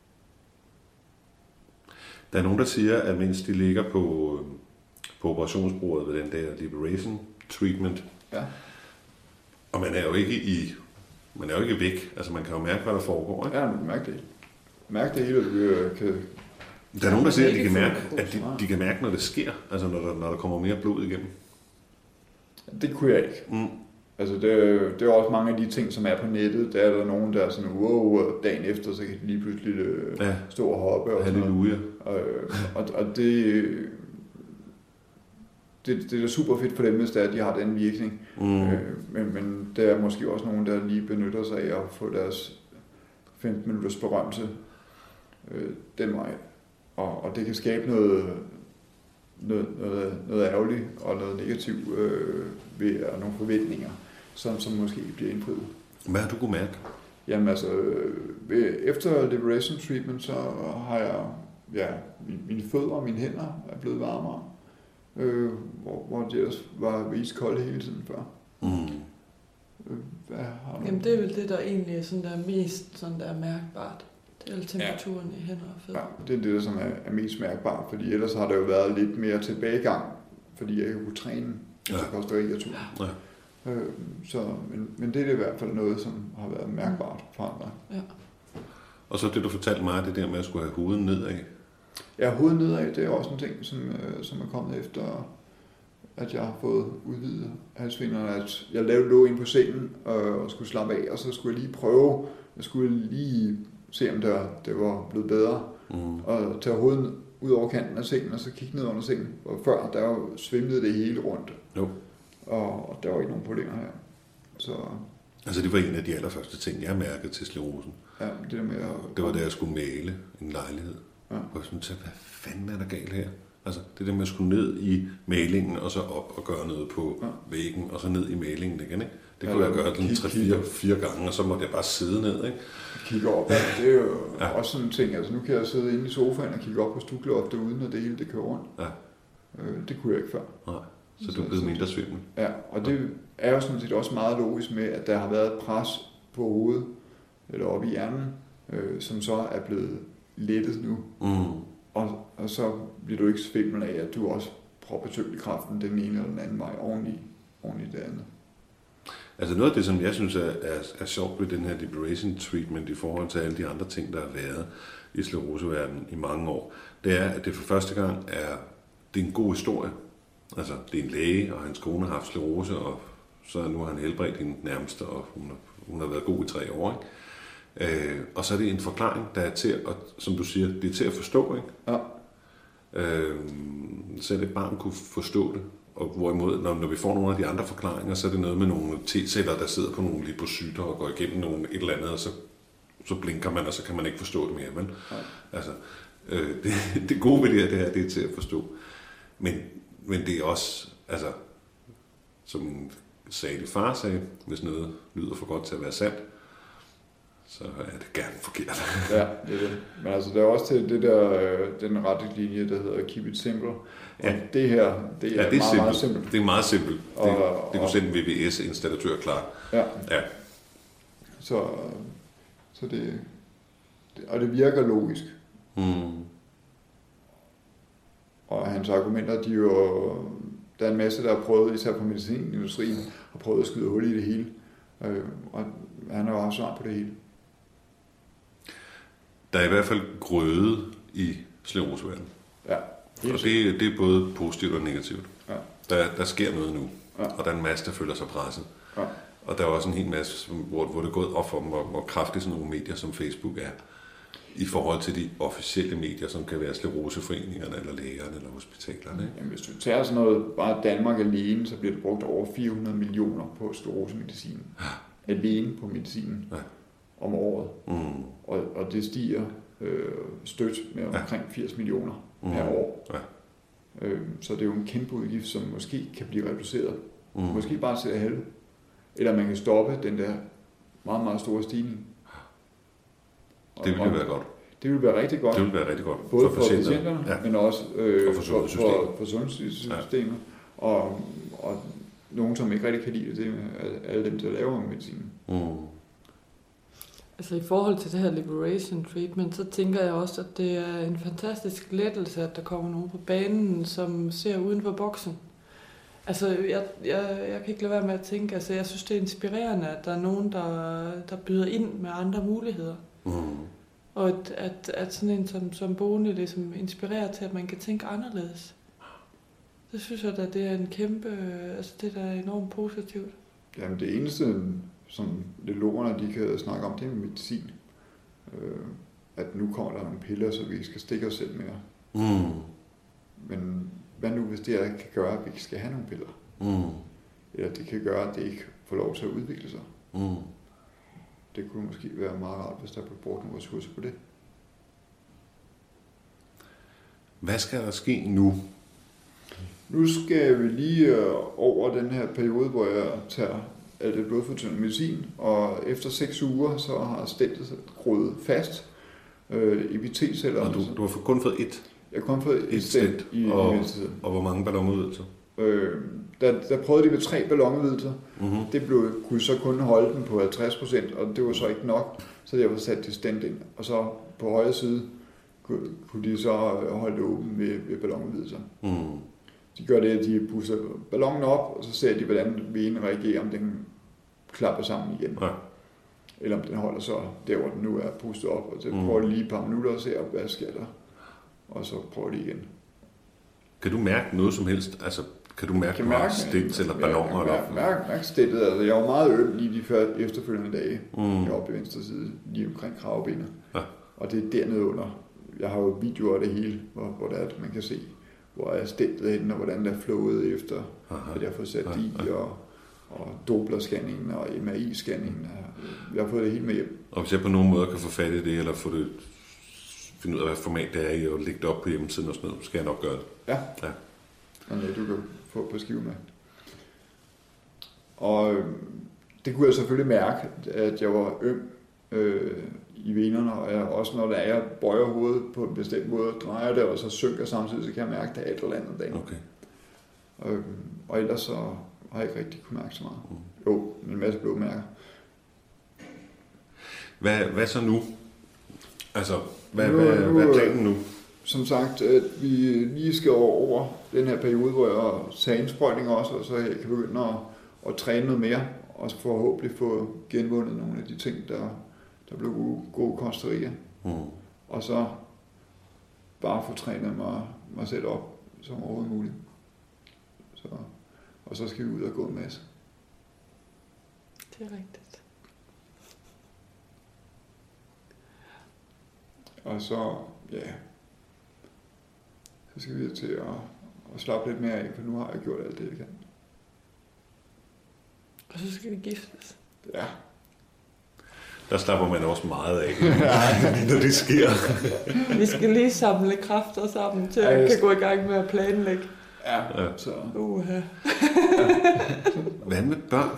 Der er nogen, der siger, at mens de ligger på, på operationsbordet ved den der liberation treatment, ja. Og man er jo ikke i, man er jo ikke væk, altså man kan jo mærke, hvad der foregår, ikke? Ja, man kan mærke det. Mærke det hele, at vi kan... Der er nogen, der siger, at de kan mærke, at de, de kan mærke, når det sker, altså når der, når der kommer mere blod igennem. Det kunne jeg ikke. Mm. Altså det, det er også mange af de ting, som er på nettet. Der er der nogen, der er sådan, wow, og dagen efter, så kan de lige pludselig ja. stå og hoppe. Og halleluja. Og, og, og det, det, det er da super fedt for dem, hvis det er, at de har den virkning. Mm. Øh, men, men der er måske også nogen, der lige benytter sig af at få deres femten minutters berømmelse øh, den vej. Og, og det kan skabe noget, noget, noget, noget ærgerligt og noget negativt øh, ved at nogle forventninger, som, som måske ikke bliver indfriet. Hvad har du kunnet mærke? Jamen altså, ved, efter liberation treatment, så har jeg, ja, mine fødder og mine hænder er blevet varmere, øh, hvor, hvor det ellers var iskoldt hele tiden før. Mm. Hvad har du? Jamen det er vel det, der egentlig er sådan der mest sådan der mærkbart. Det er temperaturen ja. i hænder og fødder. Ja, det er det, der som er, er mest mærkbart, fordi ellers har der jo været lidt mere tilbagegang, fordi jeg ikke kunne træne ja. til Costa Rica-turen. Ja. Øh, så, men, men det er i hvert fald noget, som har været mærkbart for andre. Ja. Og så det, du fortalte mig, det der med at skulle have hovedet nedad. Ja, hovedet nedad, det er også en ting, som, øh, som er kommet efter, at jeg har fået udvidet halsfingrene. At jeg lavede lå ind på sengen og, og skulle slappe af, og så skulle jeg lige prøve, jeg skulle lige se, om det, det var blevet bedre, mm. og tage hovedet ud over kanten af sengen, og så kigge ned under sengen. Og før, der var svimlede det hele rundt, jo. Og, og der var ikke nogen problemer her. Så, altså det var en af de allerførste ting, jeg mærkede til sklerosen. Ja, det der med at... Det var da jeg skulle male en lejlighed. Ja. Og jeg sådan, hvad fanden er der galt her? Altså det der med at skulle ned i malingen, og så op og gøre noget på ja. væggen, og så ned i malingen igen, ikke? Det kunne ja, jeg gøre sådan tre fire gange, og så måtte jeg bare sidde ned, ikke? Kigge op, ja, det er jo ja. også sådan en ting. Altså nu kan jeg sidde inde i sofaen og kigge op på stukloftet, uden at det hele det kører rundt. Ja. Øh, det kunne jeg ikke før. Nej, så du er blevet mindre svimmel. Ja, og det er jo sådan set også meget logisk med, at der har været pres på hovedet, eller oppe i hjernen, øh, som så er blevet lettet nu. Mm. Og, og så bliver du ikke svimmel af, at du også propper tyngdekraften den ene eller den anden vej oven i, oven i det andet. Altså noget af det, som jeg synes er, er, er sjovt ved den her liberation treatment i forhold til alle de andre ting, der har været i skleroseverdenen i mange år, det er, at det for første gang er, det er en god historie. Altså, det er en læge, og hans kone har haft sklerose, og så nu har han helbredt hende nærmeste, og hun har, hun har været god i tre år, ikke? Øh, og så er det en forklaring, der er til at, som du siger, det er til at forstå, ikke? Ja. Øh, selv et barn kunne forstå det. Og hvorimod, når, når vi får nogle af de andre forklaringer, så er det noget med nogle T-celler, der sidder på nogle lipocyter og går igennem nogle et eller andet, og så, så blinker man, og så kan man ikke forstå det mere. Men, ja. altså, øh, det, det gode ved det her, det er, det er til at forstå. Men, men det er også, altså, som min salig far sagde, hvis noget lyder for godt til at være sandt, så er det gerne forkert. Ja, det er det. Men altså, der er også til det der, den retningslinje, der hedder Keep it simple. Ja. Det her, det er, ja, det er meget, simpelt. meget simpelt. Det er meget simpelt. Og, det, og, det kunne sætte en V V S-installatør klar. Ja. ja. Så, så det, det, og det virker logisk. Mm. Og hans argumenter, de jo, der er en masse, der har prøvet, især på medicinindustrien, har prøvet at skyde hul i det hele. Og han har jo haft svar på det hele. Der er i hvert fald grøde i skleroseverdenen. Ja. Og det, det er både positivt og negativt. Ja. Der, der sker noget nu, ja. og der er en masse, der føler sig presset. Ja. Og der er også en hel masse, hvor, hvor det er gået op for dem, hvor, hvor kraftigt sådan nogle medier som Facebook er, i forhold til de officielle medier, som kan være skleroseforeningerne, eller lægerne, eller hospitalerne. Ikke? Jamen, hvis du tager sådan noget, bare Danmark alene, så bliver det brugt over fire hundrede millioner på sklerosemedicinen. Ja. Alene på medicinen. Ja. Om året. Mm. Og, og det stiger øh, stødt med omkring firs millioner mm. per år. Ja. Øh, så det er jo en kæmpe udgift, som måske kan blive reduceret. Mm. Måske bare til at halve. Eller man kan stoppe den der meget, meget store stigning. Og, det ville være godt. Det ville være rigtig godt. Det ville være rigtig godt. Både for, for patienterne, ja. men også øh, for, for, for, for sundhedssystemet. Ja. Og, og nogen, som ikke rigtig kan lide det, det er alle dem, der laver medicinen. Mm. Altså i forhold til det her liberation treatment, så tænker jeg også, at det er en fantastisk lettelse, at der kommer nogen på banen, som ser uden for boksen. Altså jeg, jeg, jeg kan ikke lade være med at tænke, altså jeg synes det er inspirerende, at der er nogen, der, der byder ind med andre muligheder. Mm. Og at, at, at sådan en som, som Bone ligesom inspirerer til, at man kan tænke anderledes. Det synes jeg da, det er en kæmpe, altså det er da enormt positivt. Jamen det eneste, som logerne, de kan snakke om, det er medicin. Øh, at nu kommer der nogle piller, så vi ikke skal stikke os selv mere. Mm. Men hvad nu, hvis det her kan gøre, at vi ikke skal have nogle piller? Mm. Eller det kan gøre, at det ikke får lov til at udvikle sig? Mm. Det kunne måske være meget rart, hvis der blev brugt nogle ressourcer på det. Hvad skal der ske nu? Nu skal vi lige over den her periode, hvor jeg tager alt det blodfortyndende medicin, og efter seks uger, så har stentet groet fast øh, i epitelceller. Og du, du har kun fået et? Jeg har kun fået et, et stent i og, mellemtiden. Og hvor mange ballonudvidelser? Øh, der, der prøvede de med tre ballonudvidelser. Mm-hmm. Det blev, kunne så kun holde den på halvtreds procent, og det var så ikke nok, så derfor satte de stent ind. Og så på højre side kunne, kunne de så holde det åbent ved, ved ballonudvidelser. Mm. De gør det, at de pusser ballonen op, og så ser de, hvordan venen reagerer, om den klapper sammen igen. Ja. Eller om den holder så der, hvor den nu er pustet op. Og så Mm. prøver de lige et par minutter og ser, hvad sker der. Og så prøver de igen. Kan du mærke noget som helst? Altså, kan du mærke, kan mærke mærke, stens eller balloner? Jeg Eller? kan mærke, mærke stillet. Altså, jeg var meget øm lige de før, efterfølgende dage. Mm. Heroppe i venstre side, lige omkring kravebenet. Ja. Og det er dernede under. Jeg har jo videoer af det hele, hvor, hvor der er, at man kan se, hvor jeg stillet henne, og hvordan der er flowet efter, Aha. at jeg har fået sat Ja, i, ja. og, og Doppler-scanningen og M R I-scanningen. Jeg har fået det hele med hjem. Og hvis jeg på nogen måde kan få fat i det, eller få det, finde ud af, hvad format det er i, og lægge det op på hjemmesiden og sådan noget, så skal jeg nok gøre det. Ja. Ja. Og noget, du kan få på skive med. Og øh, det kunne jeg selvfølgelig mærke, at jeg var øm øh, i venerne, og jeg, også når der er, jeg bøjer hovedet på en bestemt måde, drejer det, og så synker samtidig, så kan jeg mærke, at der er et eller andet derinde. Okay. Øh, og ellers så har jeg ikke rigtig kunne mærke så meget. Mm. Jo, en masse blå mærker. Hvad, hvad så nu? Altså, hvad, Nu- hvad, nu- hvad er planen nu? Som sagt, at vi lige skal over, over den her periode, hvor jeg tager indsprøjtning også, og så jeg kan begynde at, at træne noget mere, og så forhåbentlig få genvundet nogle af de ting, der, der blev gode, gode kosterier. Mm. Og så bare få trænet mig, mig selv op som overhovedet muligt. Så, og så skal vi ud og gå en masse. Det er rigtigt. Og så, ja, så skal vi til at, at slappe lidt mere af, for nu har jeg gjort alt det, jeg kan. Og så skal vi giftes. Ja. Der slapper man også meget af, når det sker. Vi skal lige samle kræfter sammen til Ja, at jeg kan skal- gå i gang med at planlægge. Ja, Ja. så Uha. Hvad med børn?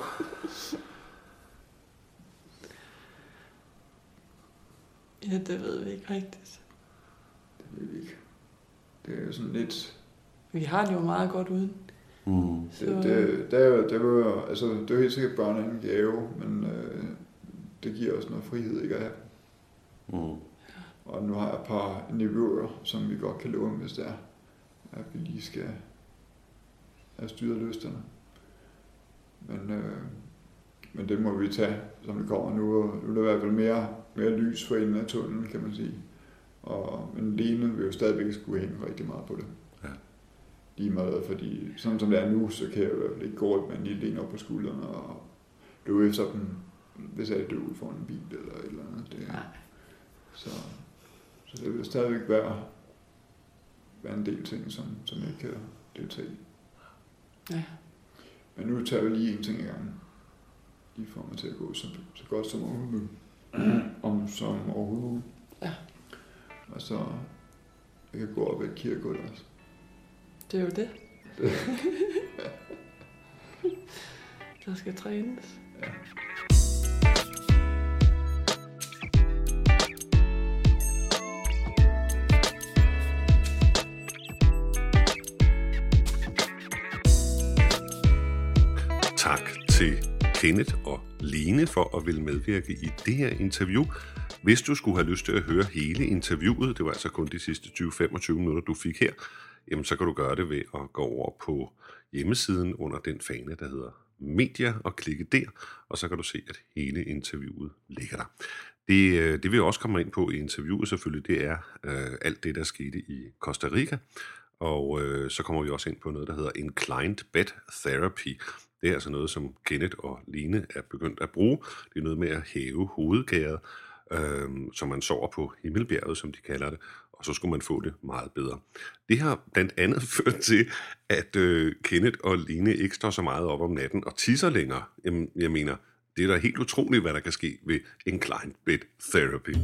Ja, det ved vi ikke rigtigt. det ved vi ikke. Det er jo sådan lidt... Vi har det jo meget godt uden. Mm. Så, Det, det, det, er jo, det, er jo, altså, det er jo helt sikkert børn en gave, men øh, det giver os noget frihed, ikke at have. Mm. Og nu har jeg et par niveauer, som vi godt kan låne, hvis det er, at vi lige skal have styret lysterne. Men, øh, men det må vi tage, som det kommer nu. Nu er der i hvert fald mere, mere lys for enden af tunnelen, kan man sige. Og, men Lene vil jo stadigvæk skulle hænge rigtig meget på det. Ja. Lige meget, fordi sådan som det er nu, så kan jeg i hvert fald ikke gå rundt med en lille Lene op på skuldrene og løbe efter den, hvis jeg er død foran en bil eller et eller andet. Det, Nej. så, så det vil stadigvæk være, være en del ting, som, som jeg kan deltage i. Ja. Men nu tager vi lige en ting i gang. Lige får mig til at gå så, så godt som overhovedet muligt. Om som overhovedet muligt. Ja. Og så jeg kan gå op ad et kirkegulv også. Det er jo det. Der skal trænes. Ja. Tak til Kenneth og Line for at ville medvirke i det her interview. Hvis du skulle have lyst til at høre hele interviewet, det var altså kun de sidste tyve til femogtyve minutter, du fik her, jamen så kan du gøre det ved at gå over på hjemmesiden under den fane, der hedder Media, og klikke der, og så kan du se, at hele interviewet ligger der. Det, øh, det vil jeg også komme ind på i interviewet selvfølgelig, det er øh, alt det, der skete i Costa Rica, og øh, så kommer vi også ind på noget, der hedder Inclined Bed Therapy. Det er altså noget, som Kenneth og Line er begyndt at bruge. Det er noget med at hæve hovedgæret, øh, så man sover på himmelbjerget, som de kalder det, og så skulle man få det meget bedre. Det har blandt andet ført til, at øh, Kenneth og Line ikke står så meget op om natten og tisser længere. Jamen, jeg mener, det er da helt utroligt, hvad der kan ske ved Inclined Bed Therapy.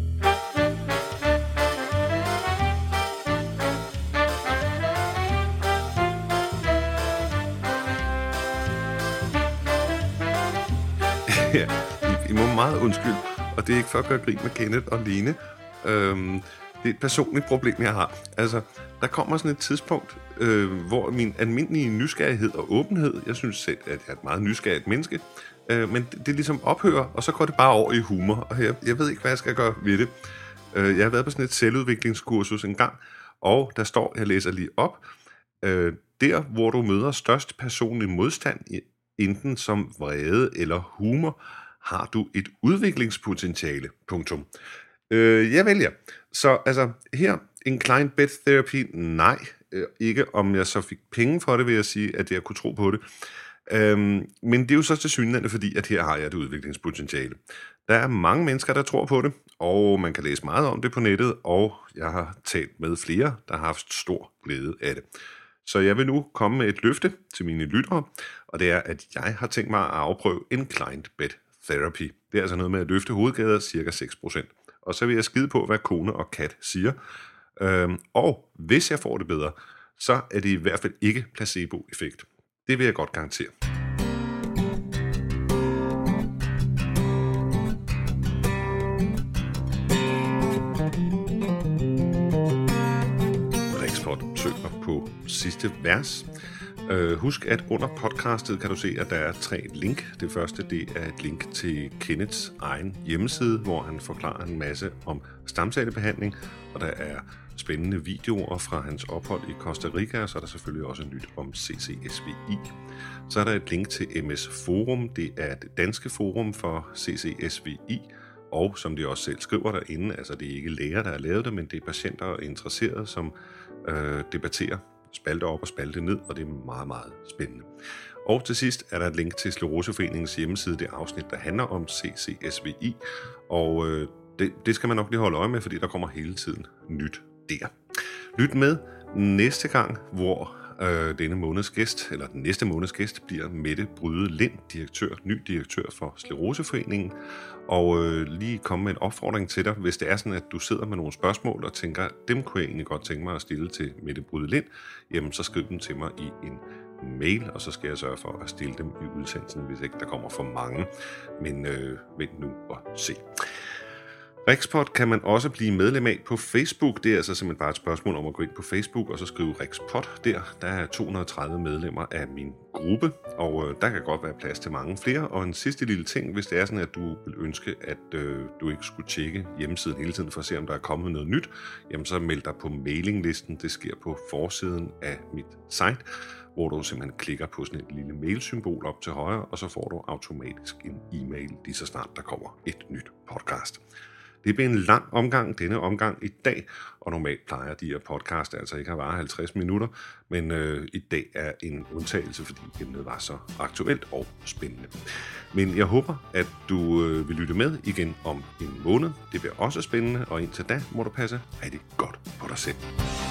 Ja, I, I må meget undskylde, og det er ikke for at gøre grin med Kenneth og Line. Øhm, Det er et personligt problem, jeg har. Altså, der kommer sådan et tidspunkt, øh, hvor min almindelige nysgerrighed og åbenhed, jeg synes selv, at jeg er et meget nysgerrigt menneske, øh, men det, det ligesom ophører, og så går det bare over i humor, og jeg, jeg ved ikke, hvad jeg skal gøre ved det. Øh, jeg har været på sådan et selvudviklingskursus en gang, og der står, jeg læser lige op, øh, der hvor du møder størst personlig modstand, enten som vrede eller humor, har du et udviklingspotentiale. Punktum. Øh, jeg vælger. Så altså, her, inclined bed therapy, nej. Øh, ikke om jeg så fik penge for det, vil jeg sige, at jeg kunne tro på det. Øhm, men det er jo så tilsyneladende, fordi at her har jeg et udviklingspotentiale. Der er mange mennesker, der tror på det, og man kan læse meget om det på nettet, og jeg har talt med flere, der har haft stor glæde af det. Så jeg vil nu komme med et løfte til mine lyttere, og det er, at jeg har tænkt mig at afprøve inclined bed therapy. Det er altså noget med at løfte hovedgader cirka seks procent. Og så vil jeg skide på, hvad kone og kat siger. Øhm, og hvis jeg får det bedre, så er det i hvert fald ikke placebo-effekt. Det vil jeg godt garantere. Rexport søger på sidste vers. Uh, husk, at under podcastet kan du se, at der er tre link. Det første, det er et link til Kenneths egen hjemmeside, hvor han forklarer en masse om stamcellebehandling, og der er spændende videoer fra hans ophold i Costa Rica, og så er der selvfølgelig også nyt om C C S V I. Så er der et link til M S Forum, det er det danske forum for C C S V I, og som de også selv skriver derinde, altså det er ikke læger, der har lavet det, men det er patienter og interesserede, som øh, debatterer spalte op og spalte ned, og det er meget, meget spændende. Og til sidst er der et link til Scleroseforeningens hjemmeside, det afsnit, der handler om C C S V I, og øh, det, det skal man nok lige holde øje med, fordi der kommer hele tiden nyt der. Lyt med næste gang, hvor øh, denne måneds gæst, eller den næste måneds gæst, bliver Mette Bryde Lind, direktør, ny direktør for Scleroseforeningen, og øh, lige komme med en opfordring til dig, hvis det er sådan, at du sidder med nogle spørgsmål og tænker, dem kunne jeg egentlig godt tænke mig at stille til Mette Bryde Lind, jamen så skriv dem til mig i en mail, og så skal jeg sørge for at stille dem i udsendelsen, hvis ikke der kommer for mange. Men øh, vent nu og se. Rexpod kan man også blive medlem af på Facebook. Det er altså simpelthen bare et spørgsmål om at gå ind på Facebook og så skrive Rexpod der. Der er to hundrede og tredive medlemmer af min gruppe, og øh, der kan godt være plads til mange flere. Og en sidste lille ting, hvis det er sådan, at du vil ønske, at øh, du ikke skulle tjekke hjemmesiden hele tiden for at se, om der er kommet noget nyt, jamen så meld dig på mailinglisten. Det sker på forsiden af mit site, hvor du simpelthen klikker på sådan et lille mailsymbol op til højre, og så får du automatisk en e-mail lige så snart der kommer et nyt podcast. Det bliver en lang omgang, denne omgang i dag, og normalt plejer de her podcast altså ikke at vare halvtreds minutter, men øh, i dag er en undtagelse, fordi emnet var så aktuelt og spændende. Men jeg håber, at du øh, vil lytte med igen om en måned. Det bliver også spændende, og indtil da må du passe rigtig godt på dig selv.